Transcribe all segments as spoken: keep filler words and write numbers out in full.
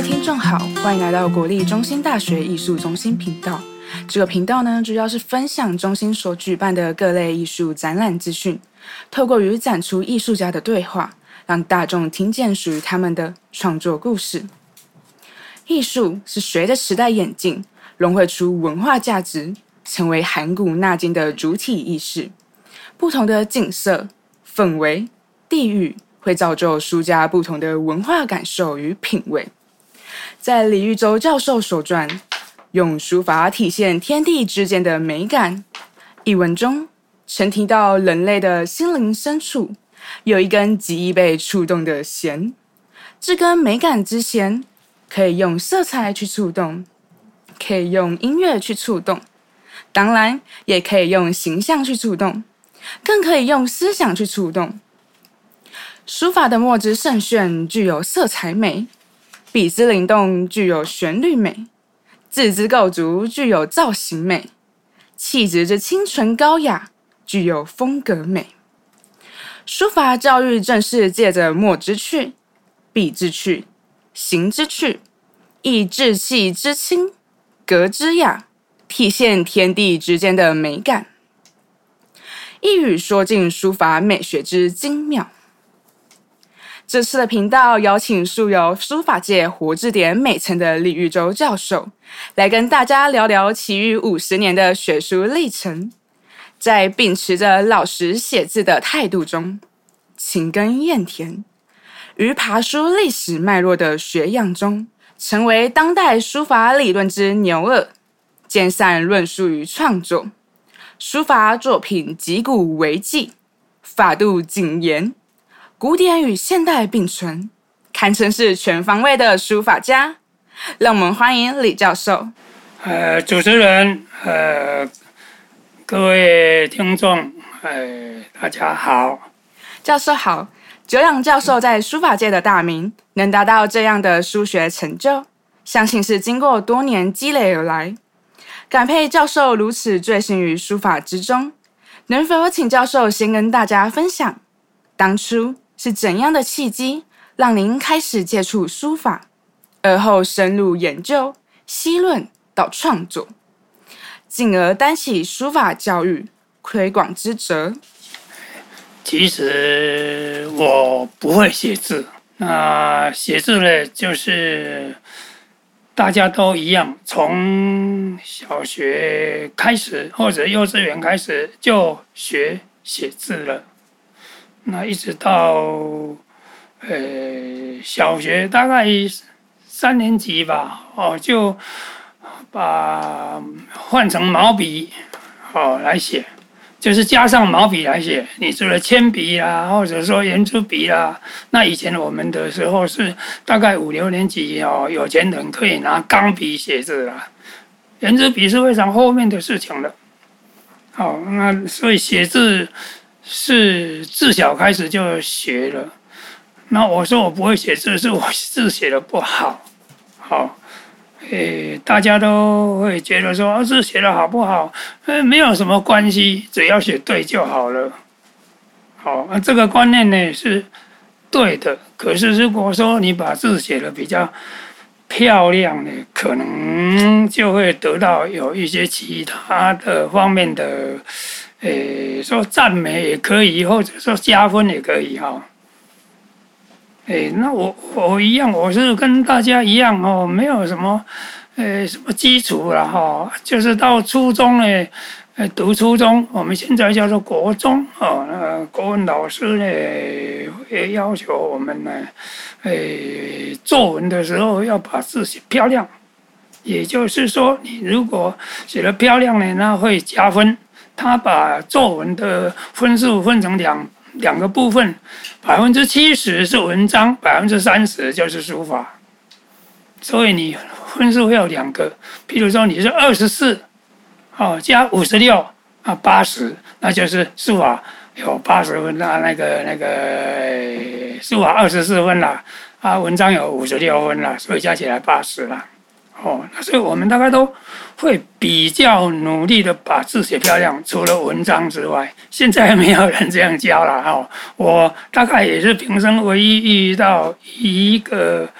位听众好，欢迎来到国立中兴大学艺术中心频道。这个频道呢，主要是分享中心所举办的各类艺术展览资讯，透过与展出艺术家的对话，让大众听见属于他们的创作故事。艺术是随着时代演进，融汇出文化价值，成为含古纳今的主体意识。不同的景色、氛围、地域，会造就书家不同的文化感受与品味。在李玉洲教授所传《用书法体现天地之间的美感》一文中，曾提到人类的心灵深处有一根极易被触动的弦，这根美感之弦可以用色彩去触动，可以用音乐去触动，当然也可以用形象去触动，更可以用思想去触动。书法的墨之圣炫具有色彩美，笔之灵动具有旋律美，字之构筑具有造型美，气质之清纯高雅具有风格美。书法教育正是借着墨之趣、笔之趣、形之趣，以志气之清、格之雅，体现天地之间的美感，一语说尽书法美学之精妙。这次的频道邀请素有书法界活字典美称的李玉洲教授，来跟大家聊聊其余五十年的学术历程。在秉持着老实写字的态度中，勤耕厌田，于爬书历史脉络的学养中，成为当代书法理论之牛耳，兼善论述与创作。书法作品击古为今，法度谨严，古典与现代并存，堪称是全方位的书法家。让我们欢迎李教授。 呃，主持人，呃，各位听众，呃，大家好。 教授好。久仰教授在书法界的大名，能达到这样的书学成就，相信是经过多年积累而来。感佩教授如此醉心于书法之中，能否请教授先跟大家分享，当初是怎样的契机让您开始接触书法，而后深入研究、析论到创作，进而担起书法教育推广之责？ 其实我不会写字，那写字呢，就是大家都一样，从小学开始或者幼稚园开始就学写字了。那一直到呃小学大概三年级吧，哦，就把换成毛笔，哦来写。就是加上毛笔来写，你除了铅笔啦，或者说圆珠笔啦，那以前我们的时候是大概五六年级哦，有钱人可以拿钢笔写字啦，圆珠笔是非常后面的事情了。好，那所以写字是自小开始就学了。那我说我不会写字，是我字写的不好，好。诶，大家都会觉得说字写的好不好，呃，没有什么关系，只要写对就好了。好，那这个观念呢是对的。可是如果说你把字写的比较漂亮呢，可能就会得到有一些其他的方面的，诶，说赞美也可以，或者说加分也可以哈。哎，那我我一样，我是跟大家一样哦，没有什么，呃，什么基础了哈，就是到初中呢，呃，读初中，我们现在叫做国中哦，那国文老师呢也要求我们呢，呃，作文的时候要把字写漂亮，也就是说，你如果写得漂亮呢，那会加分。他把作文的分数分成两。两个部分，百分之七十是文章，百分之三十就是书法。所以你分数会有两个，譬如说你是二十四，哦加五十六啊八十，那就是书法有八十分啦，那个那个书法二十四分啦，啊文章有五十六分啦，所以加起来八十啦。哦，所以我们大概都会比较努力的把字写漂亮，除了文章之外，现在没有人这样教了哈、哦。我大概也是平生唯一遇到一个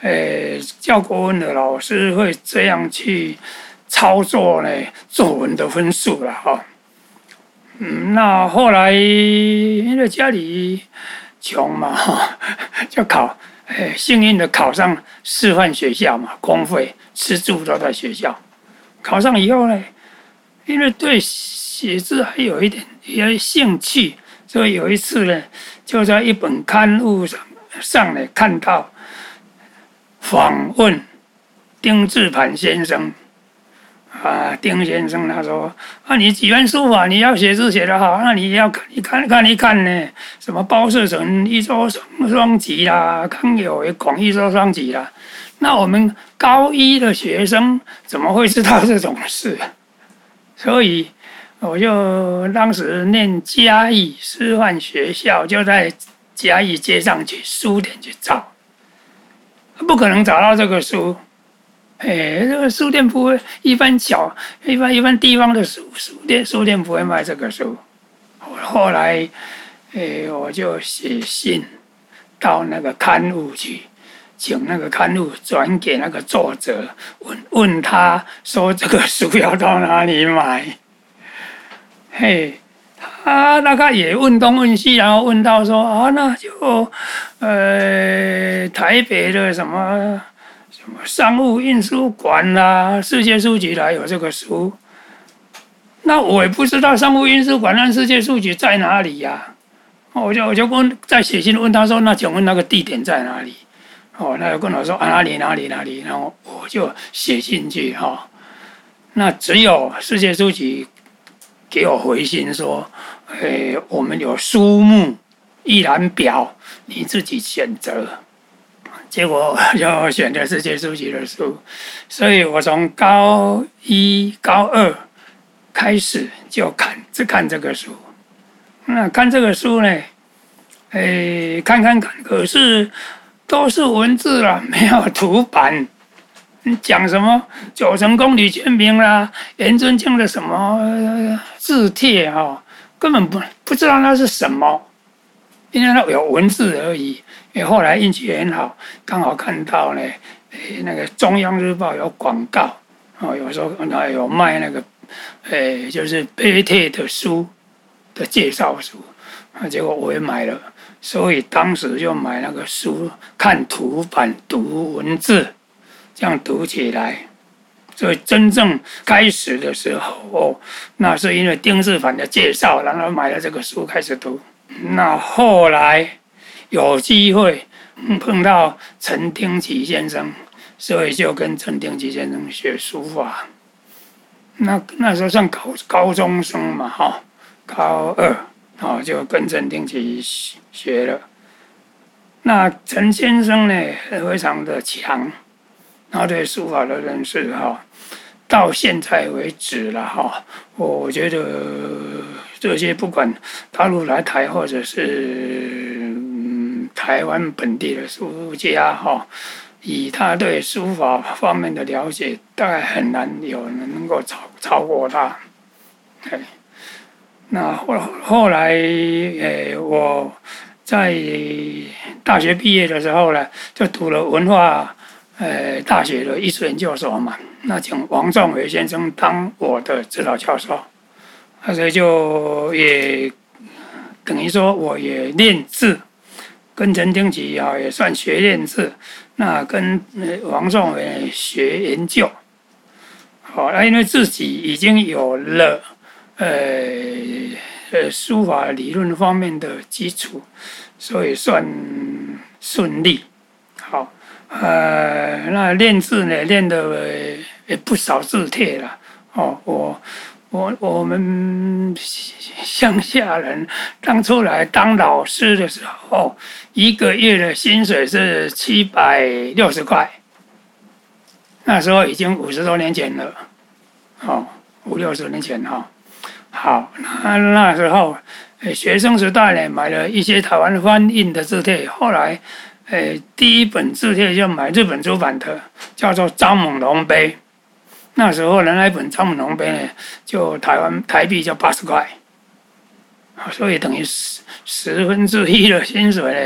呃，教国文的老师会这样去操作呢作文的分数了哈。嗯，那后来因为家里穷嘛，哈，就考，哎，幸运的考上师范学校嘛，公费吃住都在学校。考上以后呢，因为对写字还有一点有兴趣，所以有一次呢，就在一本刊物上上呢看到访问丁志磐先生。啊，丁先生他说：“啊，你喜欢书法，你要写字写得好，那你要看一看看一看呢。什么包世成一周双双集啦，康有为广一周双集啦。那我们高一的学生怎么会知道这种事？所以我就当时念嘉义师范学校，就在嘉义街上去书店去找，不可能找到这个书。”哎，这个书店不会，一般小、一般一般地方的书书店书店不会卖这个书。后来，哎，我就写信到那个刊物去，请那个刊物转给那个作者，问问他说这个书要到哪里买。嘿，他大概也问东问西，然后问到说啊，那就呃台北的什么。什么商务印书馆啦、啊，世界书局啦有这个书，那我也不知道商务印书馆和世界书局在哪里呀、啊？我就我就问，在写信问他说，那请问那个地点在哪里？哦，那就跟我说啊哪里哪里哪里，然后我就写进去哈、哦。那只有世界书局给我回信说，诶，我们有书目一览表，你自己选择。结果就选择世界书局的书，所以我从高一、高二开始就看只看这个书。那看这个书呢，诶，看看看，可是都是文字啦，没有图版。讲什么九成公理全名啦，颜真卿的什么、呃、字帖哈、哦，根本不不知道那是什么，因为它有文字而已。因为后来运气很好，刚好看到呢，诶，那个中央日报有广告，哦，有时候那有卖那个，诶，就是碑帖的书的介绍书，啊，结果我也买了，所以当时就买那个书，看图版读文字，这样读起来，所以真正开始的时候，哦，那是因为丁志凡的介绍，然后买了这个书开始读，那后来。有机会碰到陈丁奇先生，所以就跟陈丁奇先生学书法。那那时候算高高中生嘛，哈，高二，哦，就跟陈丁奇学了。那陈先生呢，非常的强，他对书法的认识哈，到现在为止了哈，我觉得这些不管大陆来台或者是。台湾本地的书家哈，以他对书法方面的了解，大概很难有人能够超超过他。哎，那后后来，诶，我在大学毕业的时候呢，就读了文化呃大学的艺术研究所嘛，那请王仲伟先生当我的指导教授，所以就也等于说我也练字。跟陈丁奇啊也算学练字，那跟王仲伟学研究，好，那因为自己已经有了呃呃书法理论方面的基础，所以算顺利。好，呃，那练字呢练的也不少字帖了。哦，我。我我们乡下人当初来当老师的时候，一个月的薪水是七百六十块。那时候已经五十多年前了，哦，五六十年前哈、哦。好，那那时候，学生时代呢，买了一些台湾翻印的字帖，后来，呃，第一本字帖就买日本出版的，叫做张猛龙碑。那时候的那一本张猛龙碑呢，就台湾台币就八十块，所以等于十十分之一的薪水呢，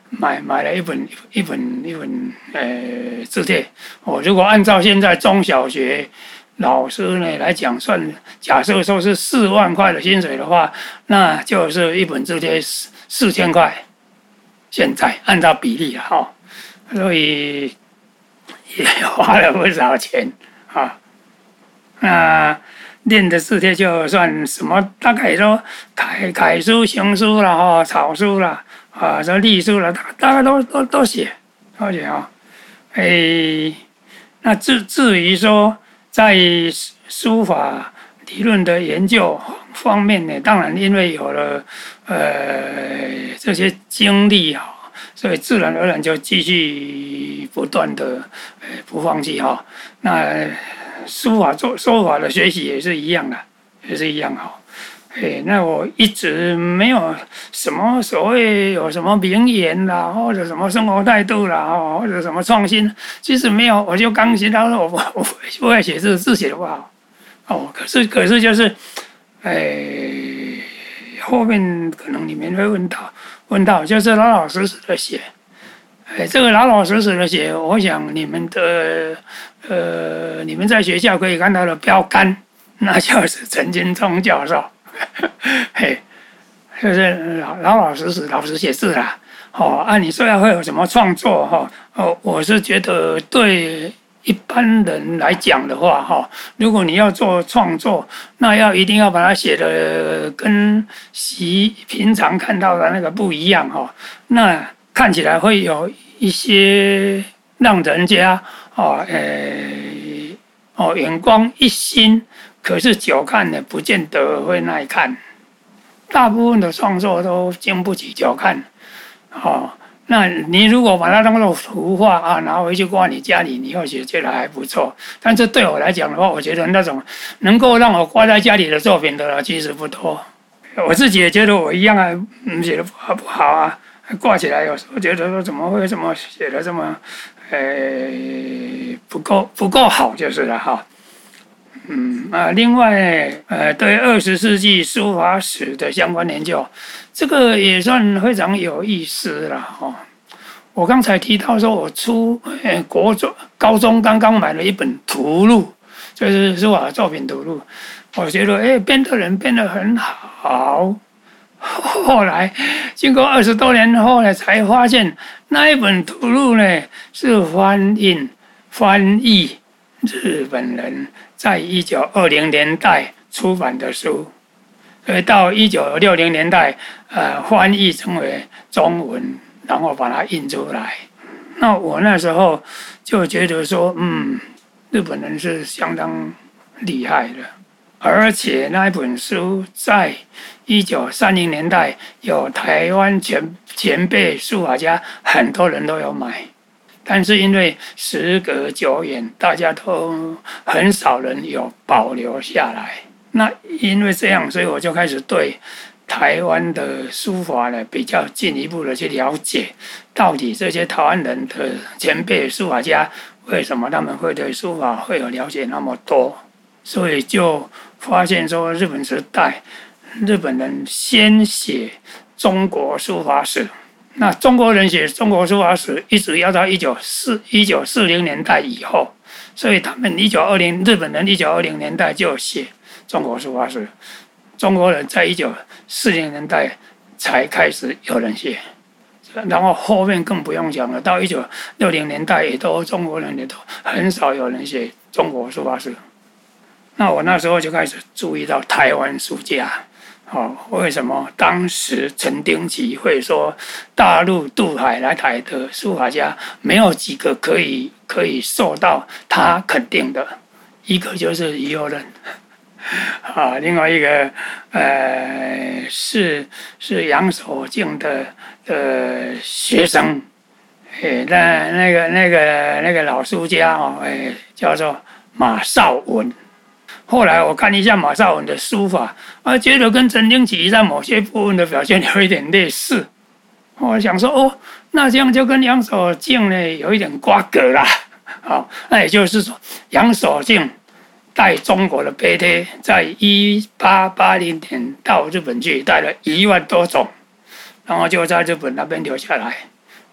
买买了一本一本一本呃字帖。哦，如果按照现在中小学老师呢来讲算，假设说是四万块的薪水的话，那就是一本字帖四四千块。现在按照比例了哈、哦，所以也花了不少钱啊。那练的字帖就算什么，大概说楷楷书、行书啦、哈草书啦、啊这隶书啦，大大概都都都写，都写啊。诶，那至至于说在书法理论的研究方面呢，当然因为有了呃这些经历哈，所以自然而然就继续不断的呃不放弃哈。那书法做书法的学习也是一样的，也是一样哈。哎，那我一直没有什么所谓有什么名言啦，或者什么生活态度啦，或者什么创新，其实没有。我就刚学到我我我不会写字，字写的不好。哦，可是可是就是，哎，后面可能你们会问到问到，就是老老实实的写。哎，这个老老实实的写，我想你们的呃，你们在学校可以看到的标杆，那就是陈金忠教授。嘿，就是老老老实实、老实写字啦。哦，按、啊、你说要会有什么创作哈？哦，我是觉得对一般人来讲的话哈，如果你要做创作，那要一定要把它写的跟习平常看到的那个不一样哈。那看起来会有一些让人家哦，诶，哦，眼光一新。可是久看呢，不见得会耐看。大部分的创作都经不起久看，哦。那你如果把它当做图画啊，拿回去挂你家里，你或许觉得还不错。但是对我来讲的话，我觉得那种能够让我挂在家里的作品的其实不多。我自己也觉得我一样啊，嗯，写的不好不好啊，挂起来有时候觉得说怎么会这么写的这么，呃，不够不够好就是了哈。嗯啊，另外，呃，对二十世纪书法史的相关研究，这个也算非常有意思了哈。我刚才提到说，我初呃国中、高中刚刚买了一本图录，就是书法作品图录，我觉得哎，编的人编得很好。后来经过二十多年后呢，才发现那一本图录呢是翻印翻译日本人在一九二零年代出版的书，所以到一九六零年代，呃，翻译成为中文，然后把它印出来。那我那时候就觉得说，嗯，日本人是相当厉害的，而且那一本书在一九三零年代有台湾前前辈书法家，很多人都有买。但是因为时隔久远，大家都很少人有保留下来。那因为这样，所以我就开始对台湾的书法呢比较进一步的去了解，到底这些台湾人的前辈书法家为什么他们会对书法会有了解那么多？所以就发现说，日本时代日本人先写中国书法史。那中国人写中国书法史，一直要到一九四一九四零年代以后，所以他们一九二零日本人一九二零年代就写中国书法史，中国人在一九四零年代才开始有人写，然后后面更不用讲了，到一九六零年代也都中国人也都很少有人写中国书法史。那我那时候就开始注意到台湾书家。哦，为什么当时陈丁奇会说大陆渡海来台的书法家没有几个可以可以受到他肯定的？一个就是于右任，啊，另外一个呃是是杨守敬的呃学生，诶，那那个那个那个老书家哦，诶，叫做马绍文。后来我看一下马绍文的书法，啊，觉得跟陈丁奇在某些部分的表现有一点类似。我想说，哦，那这样就跟杨守敬呢有一点瓜葛啦。好，那也就是说，杨守敬带中国的碑帖，在一八八零年到日本去，带了一万多种，然后就在日本那边留下来。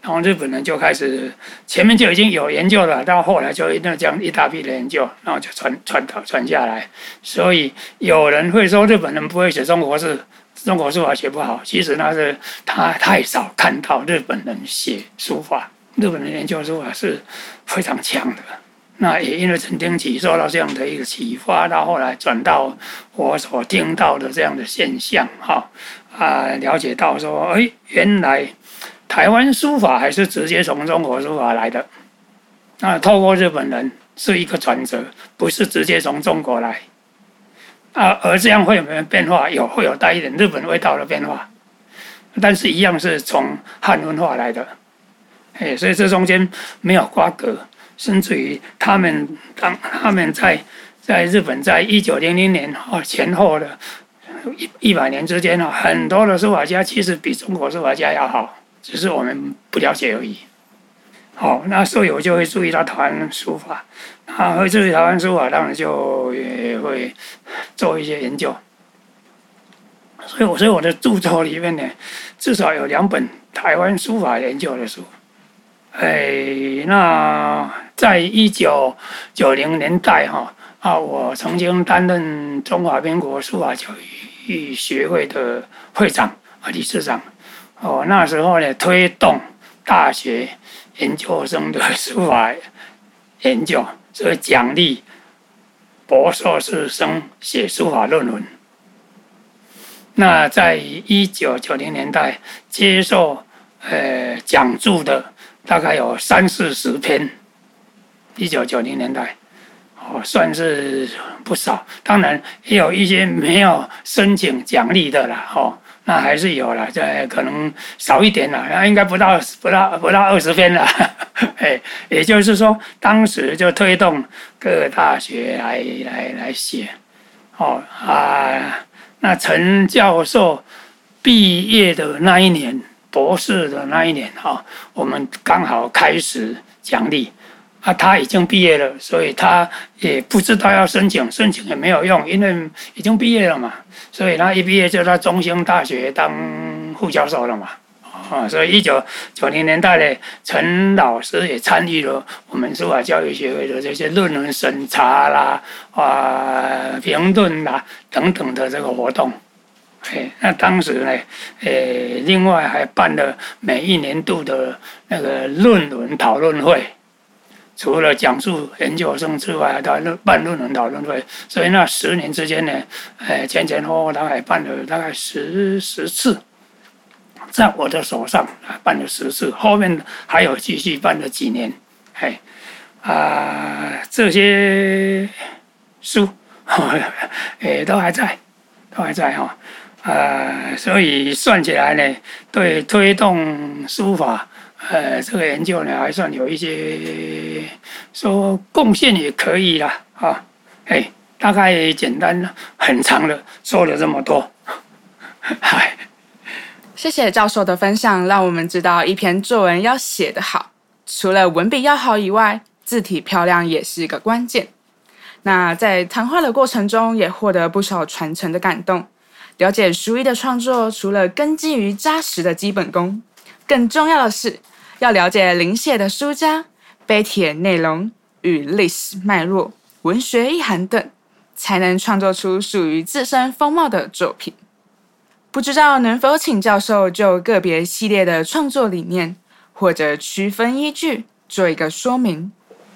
然后日本人就开始前面就已经有研究了，到后来就那这样一大批的研究，然后就传传传传下来。所以有人会说日本人不会写中国字，中国书法写不好，其实那是他太少看到日本人写书法，日本人研究书法是非常强的。那也因为陈廷奇受到这样的一个启发，到后来转到我所听到的这样的现象，哈啊，了解到说，哎，原来台湾书法还是直接从中国书法来的，那透过日本人是一个转折，不是直接从中国来。啊，而这样会有没有变化？有，会有带一点日本味道的变化，但是一样是从汉文化来的，哎，所以这中间没有瓜葛，甚至于他们当他们在在日本在一九零零年哦前后的一一百年之间哦，很多的书法家其实比中国书法家要好，只是我们不了解而已。好，那所以我就会注意到台湾书法，啊，会注意台湾书法，当然就也会做一些研究。所以，我所以我的著作里面呢，至少有两本台湾书法研究的书。哎，那在一九九零年代哈啊，我曾经担任中华民国书法教育学会的会长和理事长。哦，那时候呢，推动大学研究生的书法研究，所以奖励博硕士生写书法论文。那在一九九零年代接受呃讲座的大概有三四十篇，一九九零年代哦算是不少，当然也有一些没有申请奖励的啦，哦。那还是有了，这可能少一点了，那应该不到不到不到二十篇了，哎，也就是说，当时就推动各个大学来来来写，哦啊，那陈教授毕业的那一年，博士的那一年，哈、哦，我们刚好开始奖励。啊，他已经毕业了，所以他也不知道要申请，申请也没有用，因为已经毕业了嘛。所以他一毕业就在中兴大学当副教授了嘛。啊，所以一九九零年代呢，陈老师也参与了我们书法教育学会的这些论文审查啦、啊评论啦等等的这个活动。哎，那当时呢，诶，另外还办了每一年度的那个论文讨论会。除了讲述研究生之外，还办论文讨论会，所以那十年之间呢，呃，前前后后大概办了大概十十次，在我的手上办了十次，后面还有继续办了几年，哎，啊、呃，这些书，诶，都还在，都还在哈，呃，所以算起来呢，对推动书法。呃，这个研究呢，还算有一些说贡献也可以啦，啊，哎，大概简单很长的说了这么多，嗨， 谢谢教授的分享，让我们知道一篇作文要写得好，除了文笔要好以外，字体漂亮也是一个关键。那在谈话的过程中，也获得不少传承的感动。了解书艺的创作，除了根基于扎实的基本功，更重要的是要了解临写的书家、碑帖内容与历史脉络、文学意涵等，才能创作出属于自身风貌的作品。不知道能否请教授就个别系列的创作理念或者区分依据做一个说明？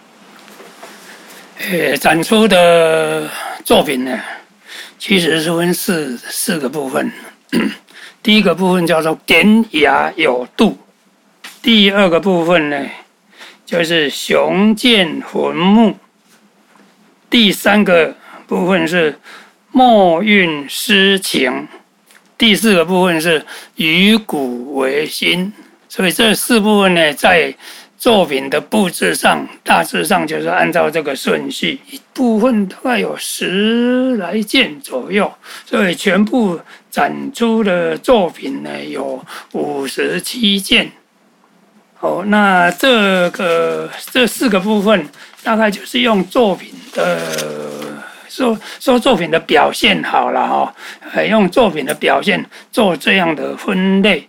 呃，展出的作品呢，其实是分四四个部分。第一个部分叫做典雅有度。第二个部分呢，就是雄健浑穆。第三个部分是墨韵诗情。第四个部分是以古为新。所以这四部分呢，在作品的布置上，大致上就是按照这个顺序，一部分大概有十来件左右，所以全部展出的作品呢有五十七件。哦，那这个这四个部分大概就是用作品的说说作品的表现好了哈、哦，呃，用作品的表现做这样的分类。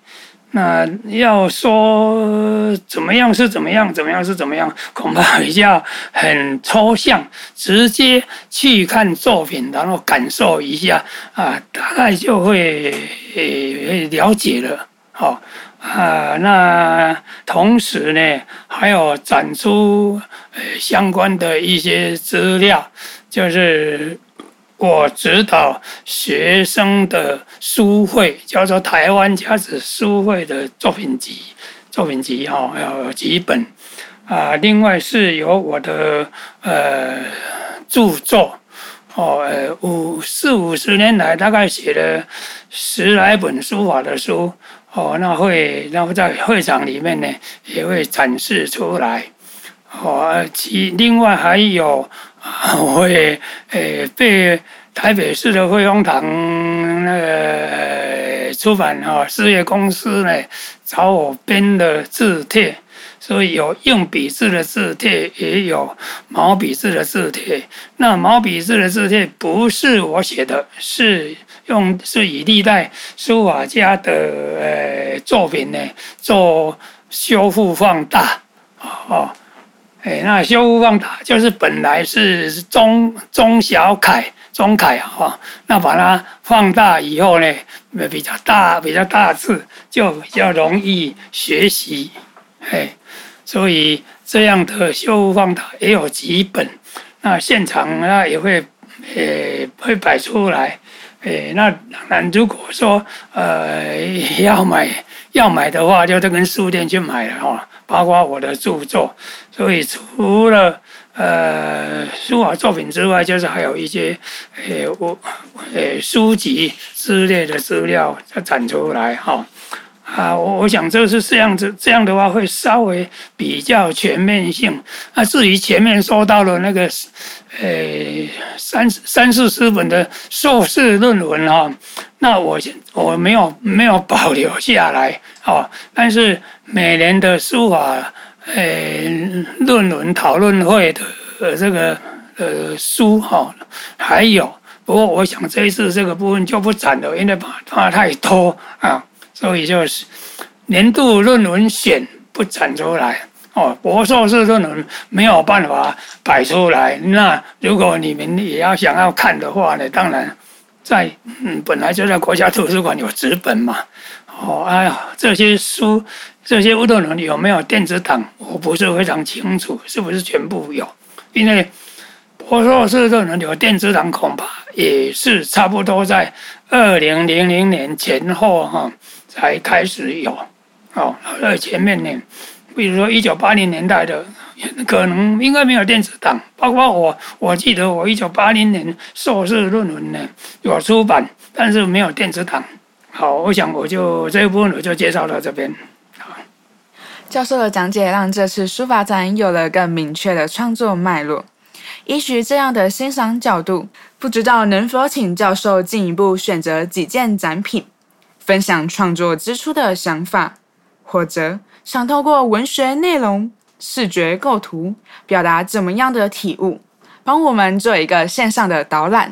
那要说怎么样是怎么样，怎么样是怎么样，恐怕比较很抽象，直接去看作品，然后感受一下啊，大概就会会了解了。好、哦、啊，那同时呢，还有展出呃相关的一些资料，就是我指导学生的书会，叫做台湾家子书会的作品集，作品集哈、哦，有几本啊。另外是有我的呃著作哦，呃五四五十年来大概写了十来本书法的书哦，那会然后在会场里面呢也会展示出来哦。其另外还有。我也诶被台北市的汇丰堂那个出版哈事业公司呢找我编的字帖，所以有用笔字的字帖，也有毛笔字的字帖。那毛笔字的字帖不是我写的，是用是以历代书法家的呃作品呢做修复放大哦。哎，那修复放大就是本来是中中小楷中楷哈、哦，那把它放大以后呢，比较大比较大字，就比较容易学习。哎，所以这样的修复放大也有几本，那现场那也会呃会摆出来。哎，那当然如果说呃要买要买的话，就得跟书店去买了哈、哦，包括我的著作。所以除了呃书法作品之外，就是还有一些呃我呃书籍之类的资料再展出来哈、哦。啊，我我想这是这样子，这样的话会稍微比较全面性。那至于前面说到了那个，呃，三三四十本的硕士论文哈，那我我没有没有保留下来哦。但是每年的书法呃论文讨论会的呃这个呃书哈还有，不过我想这一次这个部分就不展了，因为怕怕太多啊。所以就是年度论文选不展出来哦，博硕士论文没有办法摆出来。那如果你们也要想要看的话呢，当然在嗯本来就在国家图书馆有纸本嘛。哦，哎呀，这些书这些论文有没有电子档，我不是非常清楚，是不是全部有？因为博硕士论文有电子档，恐怕也是差不多在二零零零年前后哈。才开始有，哦，在前面呢，比如说一九八零年代的，可能应该没有电子档。包括我，我记得我一九八零年硕士论文呢有出版，但是没有电子档。好，我想我就这一部分我就介绍到这边。好， 教授的讲解让这次书法展有了更明确的创作脉络。依循这样的欣赏角度，不知道能否请教授进一步选择几件展品？分享创作之初的想法，或者想透过文学内容、视觉构图表达怎么样的体悟，帮我们做一个线上的导览。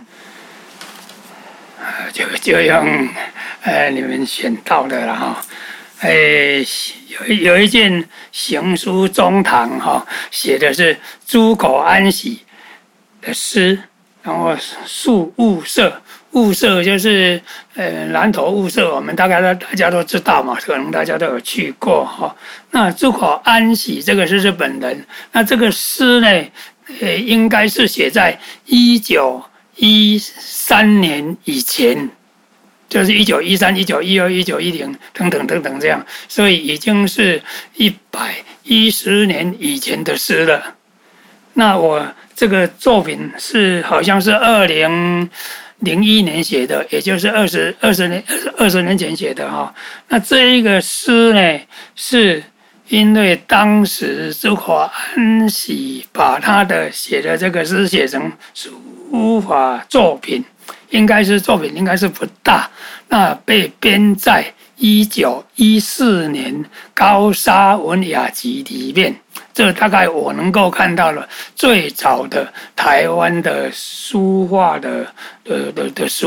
就就用呃你们选到的了哈，呃有有一件行书中堂哈，写的是诸口安喜的诗，然后树雾社。雾社就是呃南投雾社，我们大概大家都知道嘛，可能大家都有去过哈。那诸口安喜这个是日本人，那这个诗呢，呃应该是写在一九一三年以前，就是一九一三、一九一二、一九一零等等等等这样，所以已经是一百一十年以前的诗了。那我这个作品是好像是二零。零一年写的，也就是二十二十年二十年前写的哈。那这一个诗呢，是因为当时诸口安喜把他的写的这个诗写成书法作品，应该是作品应该是不大，那被编在一九一四年高沙文雅集里面。这大概我能够看到了最早的台湾的书画的的的的书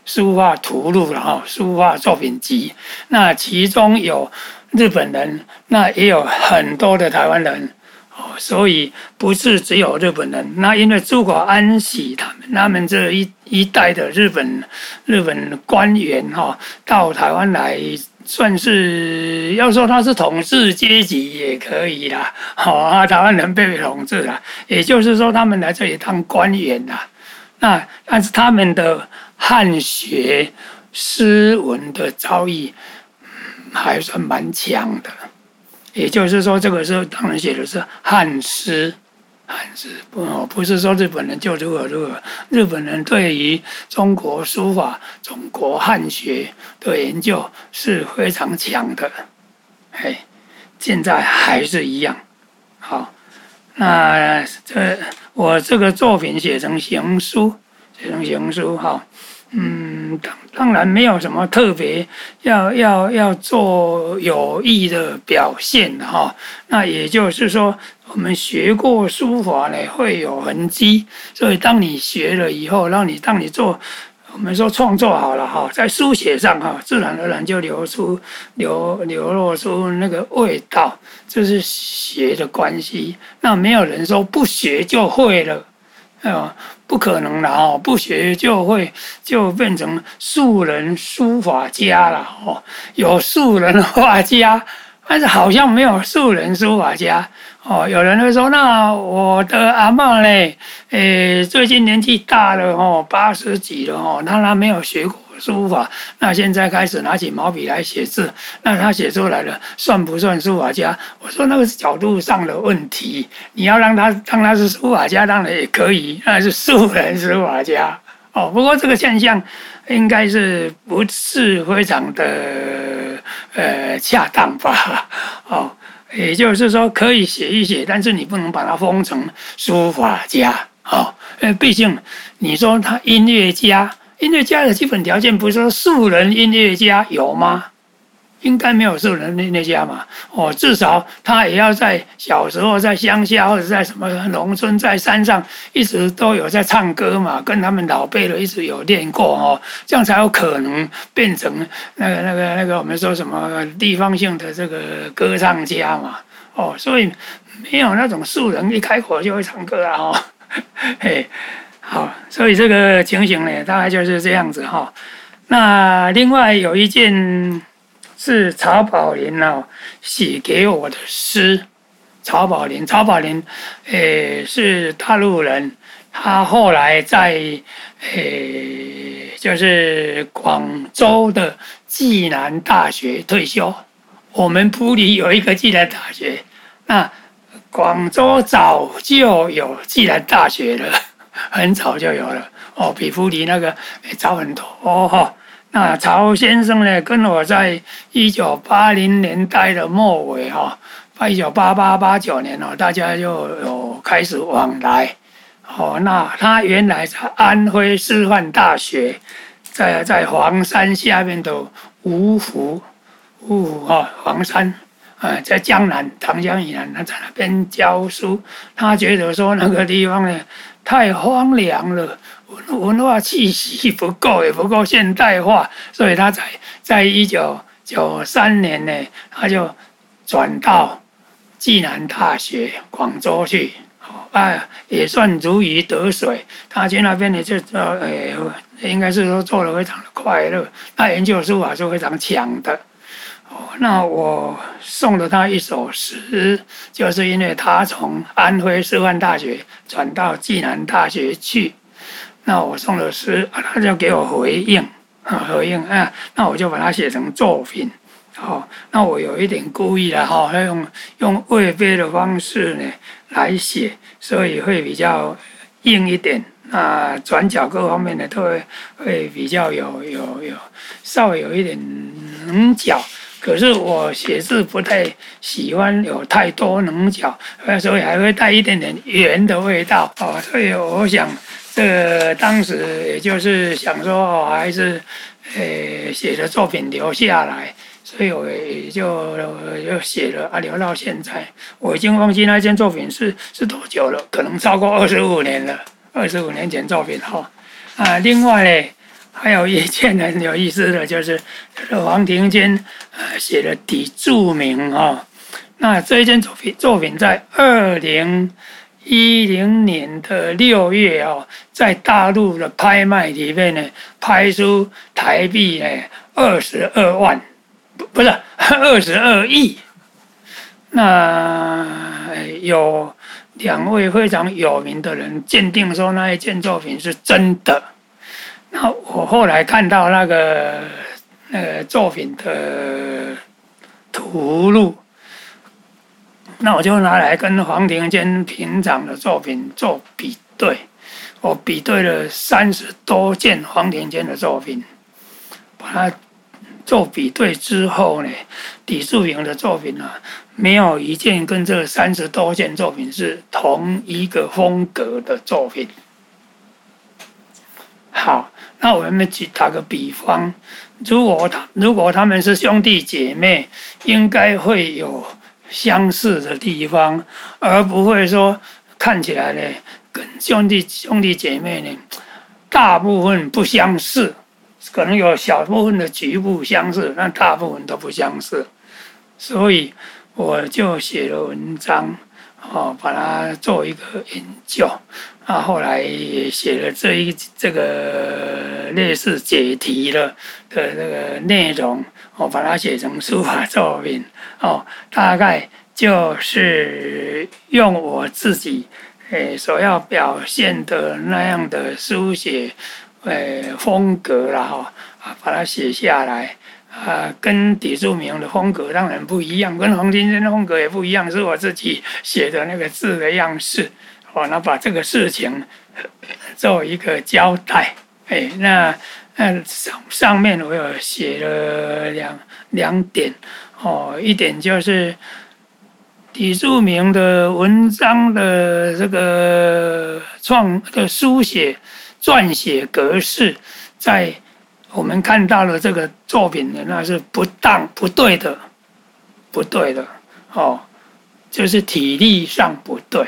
书画图录了哈，书画作品集。那其中有日本人，那也有很多的台湾人。哦，所以不是只有日本人。那因为诸葛安喜他们，他们这一一代的日本日本官员哈、哦，到台湾来，算是要说他是统治阶级也可以啦。好、哦、啊，台湾人被统治了，也就是说他们来这里当官员啦。那但是他们的汉学诗文的造诣、嗯、还算蛮强的。也就是说，这个时候当然写的是汉诗，汉诗不不是说日本人就如何如何，日本人对于中国书法、中国汉学的研究是非常强的，哎，现在还是一样。好，那这我这个作品写成行书，写成行书哈。嗯，当当然没有什么特别要要要做有意的表现的哈。那也就是说，我们学过书法呢，会有痕迹，所以当你学了以后，让你当你做，我们说创作好了哈，在书写上哈，自然而然就流出流流露出那个味道，这是学的关系。那没有人说不学就会了。呃，不可能了哦，不学就会就变成素人书法家了哦。有素人画家，但是好像没有素人书法家哦。有人会说，那我的阿嬷嘞，诶，最近年纪大了哦，八十几了哦，那他没有学过书法，那现在开始拿起毛笔来写字，那他写出来了，算不算书法家？我说那个是角度上的问题，你要让他当他是书法家，当然也可以，那是素人书法家哦。不过这个现象应该是不是非常的呃恰当吧？哦，也就是说可以写一写，但是你不能把它封成书法家哦，呃，毕竟你说他音乐家。音乐家的基本条件不是说素人音乐家有吗？应该没有素人音乐家嘛。哦，至少他也要在小时候在乡下或者在什么农村，在山上一直都有在唱歌嘛，跟他们老辈的一直有练过哦，这样才有可能变成那个那个那个我们说什么地方性的这个歌唱家嘛。哦，所以没有那种素人一开口就会唱歌啊。哦，嘿。好，所以这个情形呢，大概就是这样子哈。那另外有一件是曹宝林哦写给我的诗。曹宝林，曹宝林，诶是大陆人，他后来在诶就是广州的暨南大学退休。我们埔里有一个暨南大学，那广州早就有暨南大学了。很早就有了哦，比埔里那个早很多哦哈。那曹先生呢，跟我在一九八零年代的末尾哈，一九八八八九年哦，大家就有开始往来哦。那他原来在安徽师范大学，在在黄山下面的芜湖，芜湖哈，黄山。呃，在江南，长江以南，他在那边教书。他觉得说那个地方呢太荒凉了，文文化气息不够，也不够现代化，所以他在在一九九三年呢，他就转到暨南大学广州去，哦，啊，也算如鱼得水。他去那边呢，就呃，应该是说做得非常的快乐。他研究书法是非常强的。那我送了他一首诗，就是因为他从安徽师范大学转到暨南大学去，那我送了诗，他就给我回应，啊，回应啊，那我就把它写成作品，哦，那我有一点故意了哈，要用用魏碑的方式呢来写，所以会比较硬一点。那转角各方面呢，都会会比较有有有稍微有一点棱角。可是我写字不太喜欢有太多棱角，所以还会带一点点圆的味道哦。所以我想，这个当时也就是想说，哦，还是呃写的作品留下来，所以我也就就写了啊，留到现在。我已经忘记那件作品是是多久了，可能超过二十五年了，二十五年前作品哈。啊，另外呢， 还有一件很有意思的，就是就是黄庭坚呃写的《砥柱铭》啊。那这一件作品作品在二零一零年的六月哦，在大陆的拍卖里面呢，拍出台币呢二十二万，不不是二十二亿。那有两位非常有名的人鉴定说那一件作品是真的。那我后来看到那个那个作品的图录，那我就拿来跟黄庭坚平常的作品做比对。我比对了三十多件黄庭坚的作品，把它做比对之后呢，李柱铭的作品啊，没有一件跟这三十多件作品是同一个风格的作品。好，那我们举打个比方，如果他如果他们是兄弟姐妹，应该会有相似的地方，而不会说看起来呢跟兄弟兄弟姐妹呢大部分不相似，可能有小部分的局部相似，但大部分都不相似。所以我就写了文章，哦，把它做一个研究。啊，后来也写了这一这个类似解题的的这个内容，我把它写成书法作品，哦，大概就是用我自己诶所要表现的那样的书写诶风格啦，哈，啊，把它写下来。啊，跟砥柱铭的风格当然不一样，跟黄庭坚的风格也不一样，是我自己写的那个字的样式。哦，那把这个事情做一个交代。哎，那那上上面我有写了两两点。哦，一点就是砥柱铭的文章的这个创的书写撰写格式，在我们看到了这个作品的那是不当不对的，不对的。哦，就是体力上不对。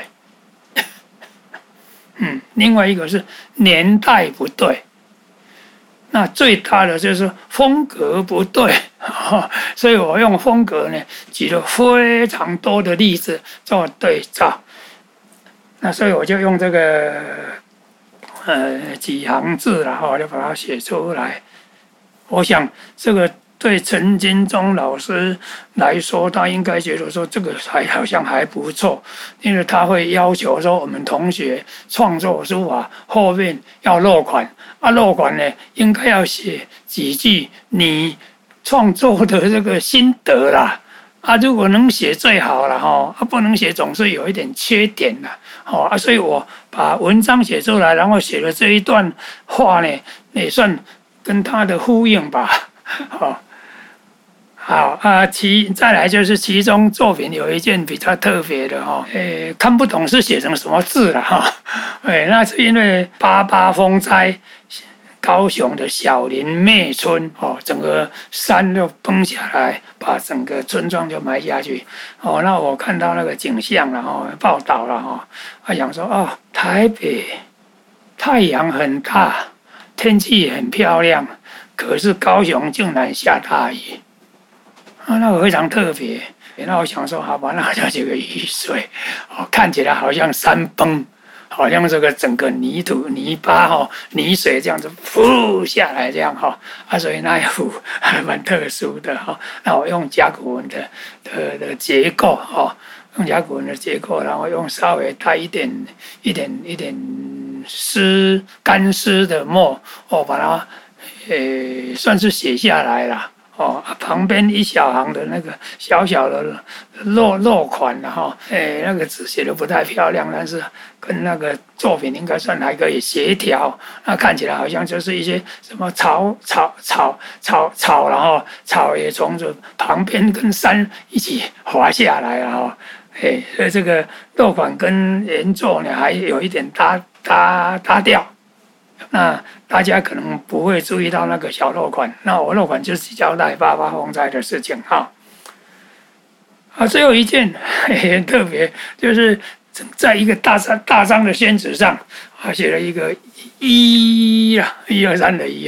嗯，另外一个是年代不对，那最大的就是风格不对，所以我用风格呢举了非常多的例子做对照。那所以我就用这个呃几行字，然后就把它写出来。我想这个对陈金忠老师来说，他应该觉得说这个还好像还不错，因为他会要求说我们同学创作书法后面要落款，啊落款呢应该要写几句你创作的这个心得啦，啊如果能写最好了哈，啊不能写总是有一点缺点啦，哦啊所以我把文章写出来，然后写了这一段话呢，也算跟他的呼应吧，好。好啊，其再来就是其中作品有一件比较特别的哈，诶，看不懂是写成什么字了哈，诶，那是因为八八风灾，高雄的小林灭村哦，整个山就崩下来，把整个村庄就埋下去哦。那我看到那个景象了哈，报道了哈，我想说哦，台北太阳很大，天气也很漂亮，可是高雄竟然下大雨。啊，那个非常特别。那我想说，好吧，那叫这个雨水，哦，看起来好像山崩，好像这个整个泥土、泥巴哈、泥水这样子浮下来，这样哈啊，所以那一幅还蛮特殊的哈。那我用甲骨文的的的结构哈，用甲骨文的结构，然后用稍微带一点、一点、一点湿干湿的墨，哦，把它呃算是写下来了。哦，旁边一小行的那个小小的落落款了哈，哎，那个字写的不太漂亮，但是跟那个作品应该算还可以协调。那看起来好像就是一些什么草草草草草，然后草也从这旁边跟山一起滑下来了哈，哎，所以这个落款跟原作呢还有一点搭搭搭调。那大家可能不会注意到那个小落款，那我落款就是交代八八风灾的事情哈。啊，最后一件很特别，就是在一个大张大张的宣纸上，啊写了一个一啊一二三的一哈，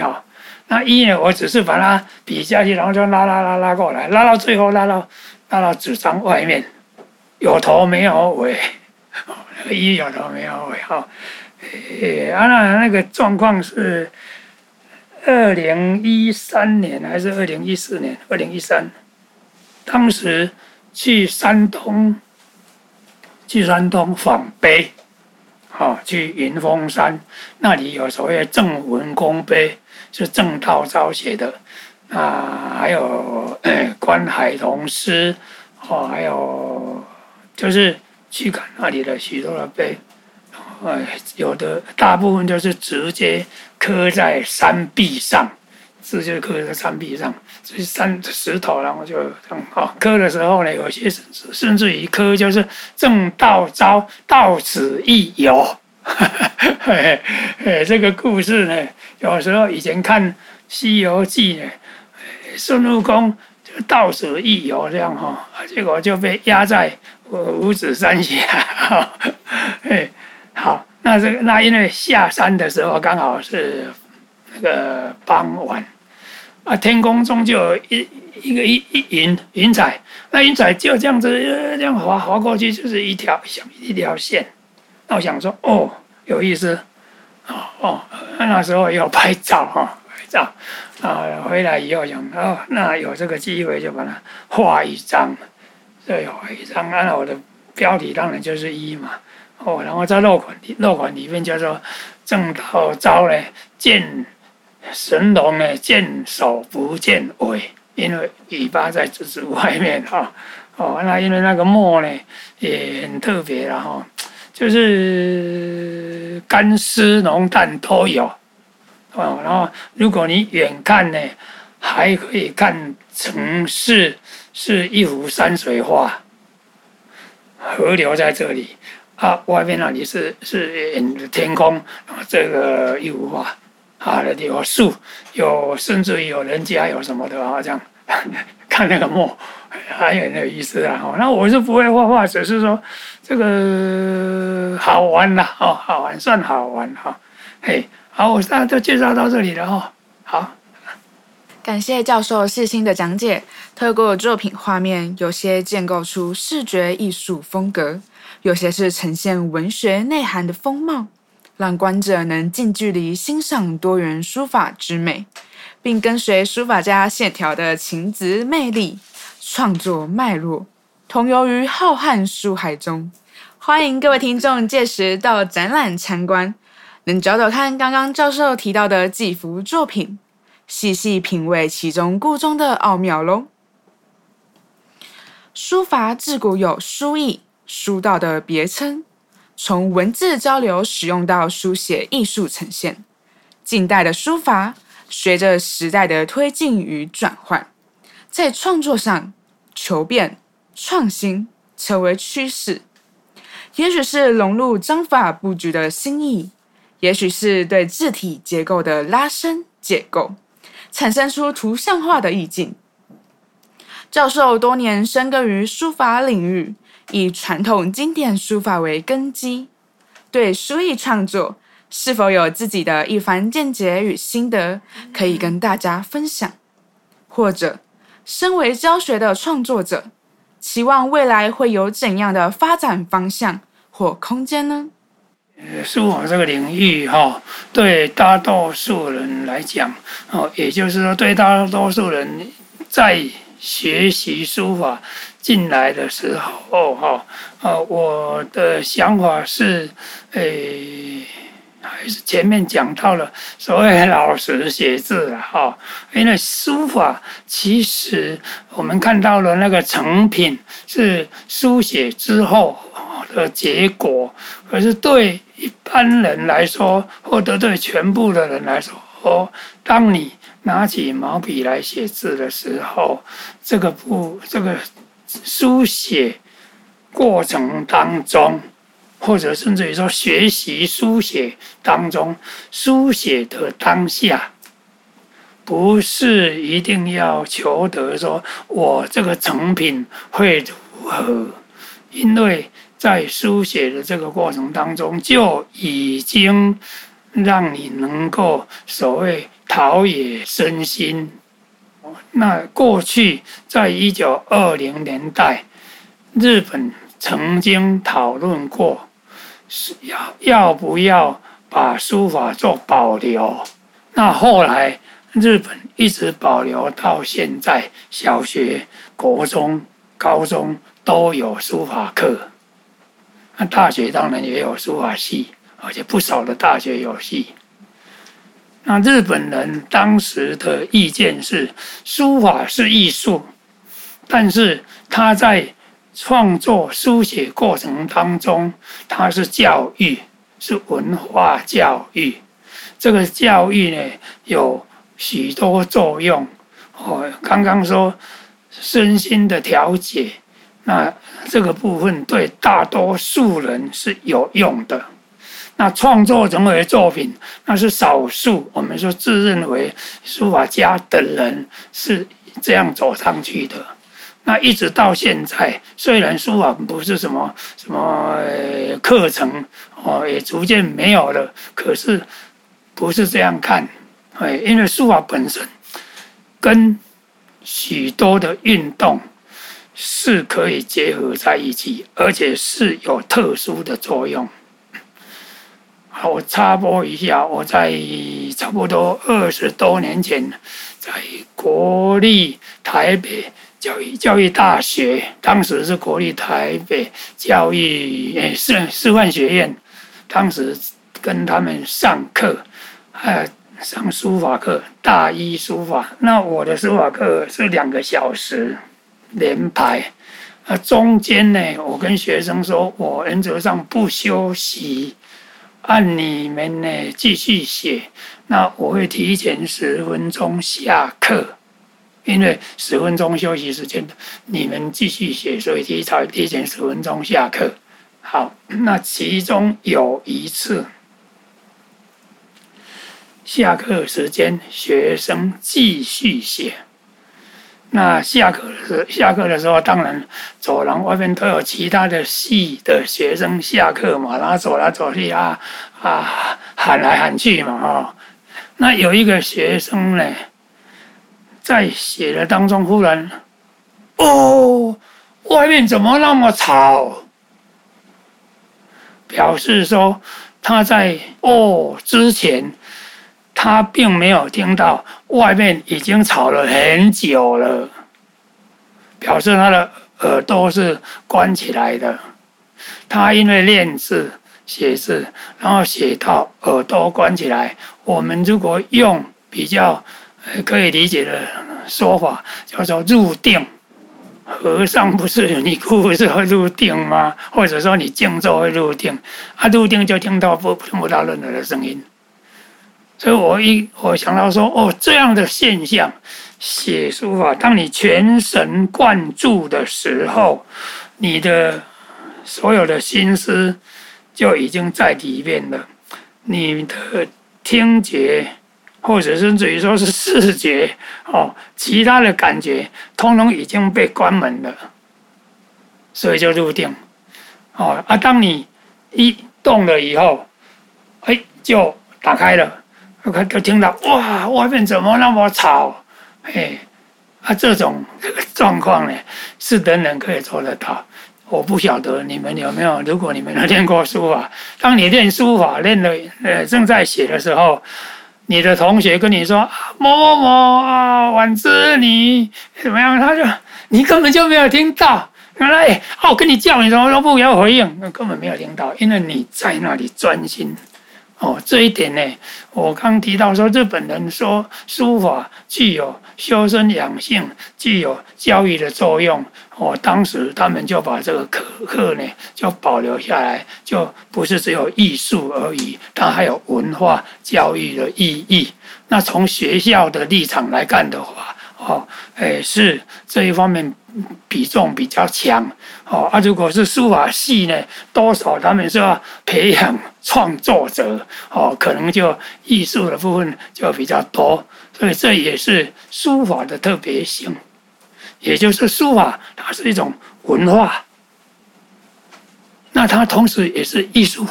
那一呢，我只是把它比下去，然后就拉拉拉拉过来，拉到最后拉到拉到纸张外面，有头没有尾，哦，那个一有头没有尾哈。诶，啊，那那个状况是二零一三年还是二零一四年？二零一三，当时去山东，去山东访碑。哦，去云峰山那里有所谓的郑文公碑，是郑道昭写的啊，还有呃关海童诗，哦，还有就是去看那里的许多的碑，呃，有的大部分就是直接刻在山壁上，字就刻在山壁上，就是山石头，然后就这样哦，刻的时候呢，有些甚至甚至于刻就是郑道昭到此一游。嘿嘿，这个故事呢，有时候以前看《西游记》呢，孙悟空就到此一游这样哈，结果就被压在五指山下。哎，好，那这个那因为下山的时候刚好是那个傍晚，啊，天空中就有一一个一一云云彩，那云彩就这样子这样划划过去，就是一条像一条线。那我想说，哦，有意思，哦哦，那时候要拍照哈、哦，拍照啊，回来以后想，哦，那有这个机会就把它画一张，对，画一张，按照我的标题当然就是一嘛，哦，然后在落款落款里面叫做郑道昭呢见神龙呢见首不见尾，因为尾巴在纸纸外面哈、哦，哦，那因为那个墨呢也很特别然后。就是干湿浓淡都有，哦，然后如果你远看呢，还可以看成是是一幅山水画，河流在这里啊，外面那里是是天空，啊，这个一幅画啊，有树，有甚至于有人家有什么的啊，这样看那个墨。还有很有意思啊！那我是不会画画，只是说这个好玩啦，哦，好玩，算好玩哈。嘿，好，我大家就介绍到这里了哈。好， 感谢教授细心的讲解。透过作品画面，有些建构出视觉艺术风格，有些是呈现文学内涵的风貌，让观者能近距离欣赏多元书法之美，并跟随书法家线条的情致魅力。创作脉络，同游于浩瀚书海中。欢迎各位听众届时到展览参观，能找找看刚刚教授提到的几幅作品，细细品味其中故中的奥妙咯。书法自古有书艺、书道的别称，从文字交流使用到书写艺术呈现。近代的书法，随着时代的推进与转换，在创作上求变、创新成为趋势，也许是融入章法布局的新意，也许是对字体结构的拉伸解构，产生出图像化的意境。教授多年深耕于书法领域，以传统经典书法为根基，对书艺创作是否有自己的一番见解与心得，可以跟大家分享？或者身为教学的创作者，期望未来会有怎样的发展方向或空间呢？ 书法这个领域哈，对大多数人来讲，哦，也就是说，对大多数人在学习书法进来的时候，哈，呃，我的想法是，诶。还是前面讲到了所谓老实写字了哈，因为书法其实我们看到了那个成品是书写之后的结果，可是对一般人来说，或者对全部的人来说，当你拿起毛笔来写字的时候，这个不这个书写过程当中。或者甚至于说学习书写当中，书写的当下，不是一定要求得说我这个成品会如何，因为在书写的这个过程当中，就已经让你能够所谓陶冶身心。那过去在一九二零年代，日本曾经讨论过，是要要不要把书法做保留。那后来日本一直保留到现在，小学、国中、高中都有书法课。那大学当然也有书法系，而且不少的大学有系。那日本人当时的意见是，书法是艺术，但是他在创作书写过程当中，它是教育，是文化教育。这个教育呢，有许多作用。哦，刚刚说身心的调节，那这个部分对大多数人是有用的。那创作成为作品，那是少数我们说自认为书法家的人是这样走上去的。那一直到现在，虽然书法不是什么什么课程哦，也逐渐没有了，可是不是这样看，哎，因为书法本身跟许多的运动是可以结合在一起，而且是有特殊的作用。好，我插播一下，我在差不多二十多年前，在国立台北教育教育大学，当时是国立台北教育诶师师范学院，当时跟他们上课，呃，上书法课，大一书法。那我的书法课是两个小时连排，呃，中间呢，我跟学生说，我原则上不休息。按你们呢继续写，那我会提前十分钟下课，因为十分钟休息时间，你们继续写，所以提早提前十分钟下课。好，那其中有一次下课时间，学生继续写。那下课的时下课的时候，当然走廊外面都有其他的系的学生下课嘛，然后走来走去啊啊喊来喊去嘛哦。那有一个学生呢，在写的当中忽然，哦，外面怎么那么吵？表示说他在哦之前。他并没有听到外面已经吵了很久了，表示他的耳朵是关起来的。他因为练字写字，然后写到耳朵关起来。我们如果用比较可以理解的说法，叫做入定。和尚不是你不是会入定吗？或者说你静坐会入定，啊，入定就听到不听不到任何的声音。所以我一我想到说，哦，这样的现象，写书法，当你全神贯注的时候，你的所有的心思就已经在里面了，你的听觉，或者甚至于说是视觉，哦，其他的感觉，通通已经被关门了，所以就入定，哦啊，当你一动了以后，哎，就打开了。就听到哇，外面怎么那么吵？哎，啊，这种这个状况呢，是人人可以做得到。我不晓得你们有没有，如果你们有练过书法，当你练书法练的呃正在写的时候，你的同学跟你说某某某啊，晚知你怎么样，他就你根本就没有听到。原来哎，我跟你叫你什么都不要回应，那根本没有听到，因为你在那里专心。哦，这一点呢，我刚提到说，日本人说书法具有修身养性、具有教育的作用。哦，当时他们就把这个课课呢就保留下来，就不是只有艺术而已，它还有文化教育的意义。那从学校的立场来看的话，哦，诶，是这一方面比重比较强。哦，啊，如果是书法系呢，多少他们是要培养创作者，哦，可能就艺术的部分就比较多，所以这也是书法的特别性，也就是书法它是一种文化，那它同时也是艺术，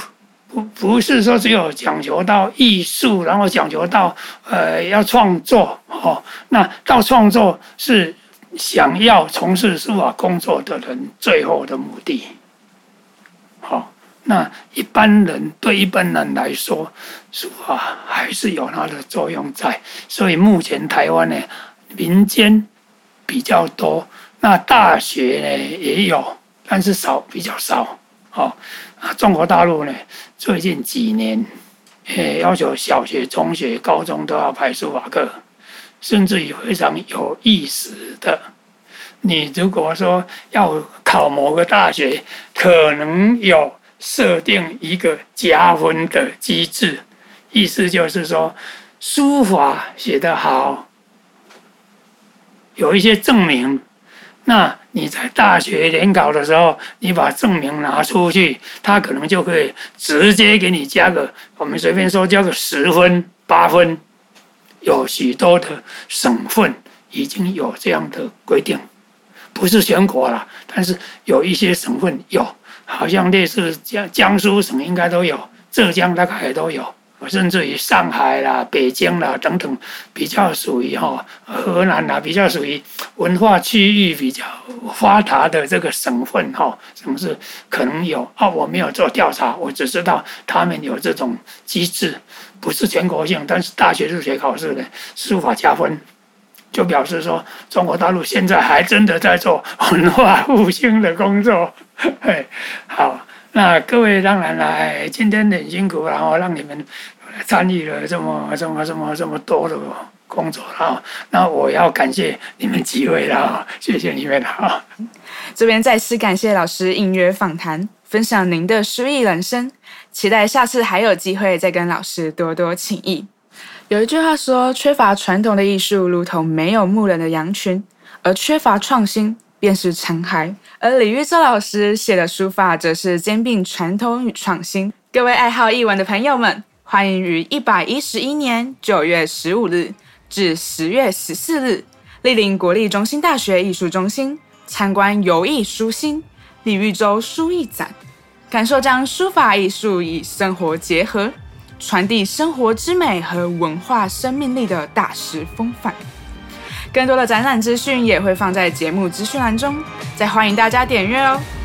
不不是说只有讲求到艺术，然后讲求到呃要创作哦，那到创作是想要从事书法工作的人最后的目的。好、哦，那一般人对一般人来说，书法还是有它的作用在，所以目前台湾呢民间比较多，那大学呢也有，但是少，比较少。哦，啊，中国大陆呢，最近几年，诶，要求小学、中学、高中都要排书法课，甚至于非常有意思的，你如果说要考某个大学，可能有设定一个加分的机制，意思就是说，书法写得好，有一些证明。那你在大学联考的时候，你把证明拿出去，他可能就可以直接给你加个，我们随便说加个十分、八分。有许多的省份已经有这样的规定，不是全国啦，但是有一些省份有，好像类似江江苏省应该都有，浙江大概也都有。甚至于上海啦、北京啦等等，比较属于哈河南啦，比较属于文化区域比较发达的这个省份哈，省市可能有啊。我没有做调查，我只知道他们有这种机制，不是全国性，但是大学入学考试的书法加分，就表示说中国大陆现在还真的在做文化复兴的工作。嘿，好。那各位当然了，哎，今天很辛苦，然后让你们参与了这么这么这么这么多的工作，然后那我要感谢你们几位了，谢谢你们哈。 这边再次感谢老师应约访谈，分享您的诗意人生，期待下次还有机会再跟老师多多请益。有一句话说，缺乏传统的艺术，如同没有牧人的羊群，而缺乏创新便是残骸。而李玉洲老师写的书法则是兼并传统与创新。各位爱好艺文的朋友们，欢迎于一百一十一年九月十五日至十月十四日莅临国立中兴大学艺术中心参观游艺书心李玉洲书艺展，感受将书法艺术与生活结合，传递生活之美和文化生命力的大师风范。更多的展览资讯也会放在节目资讯栏中，再欢迎大家点阅哦。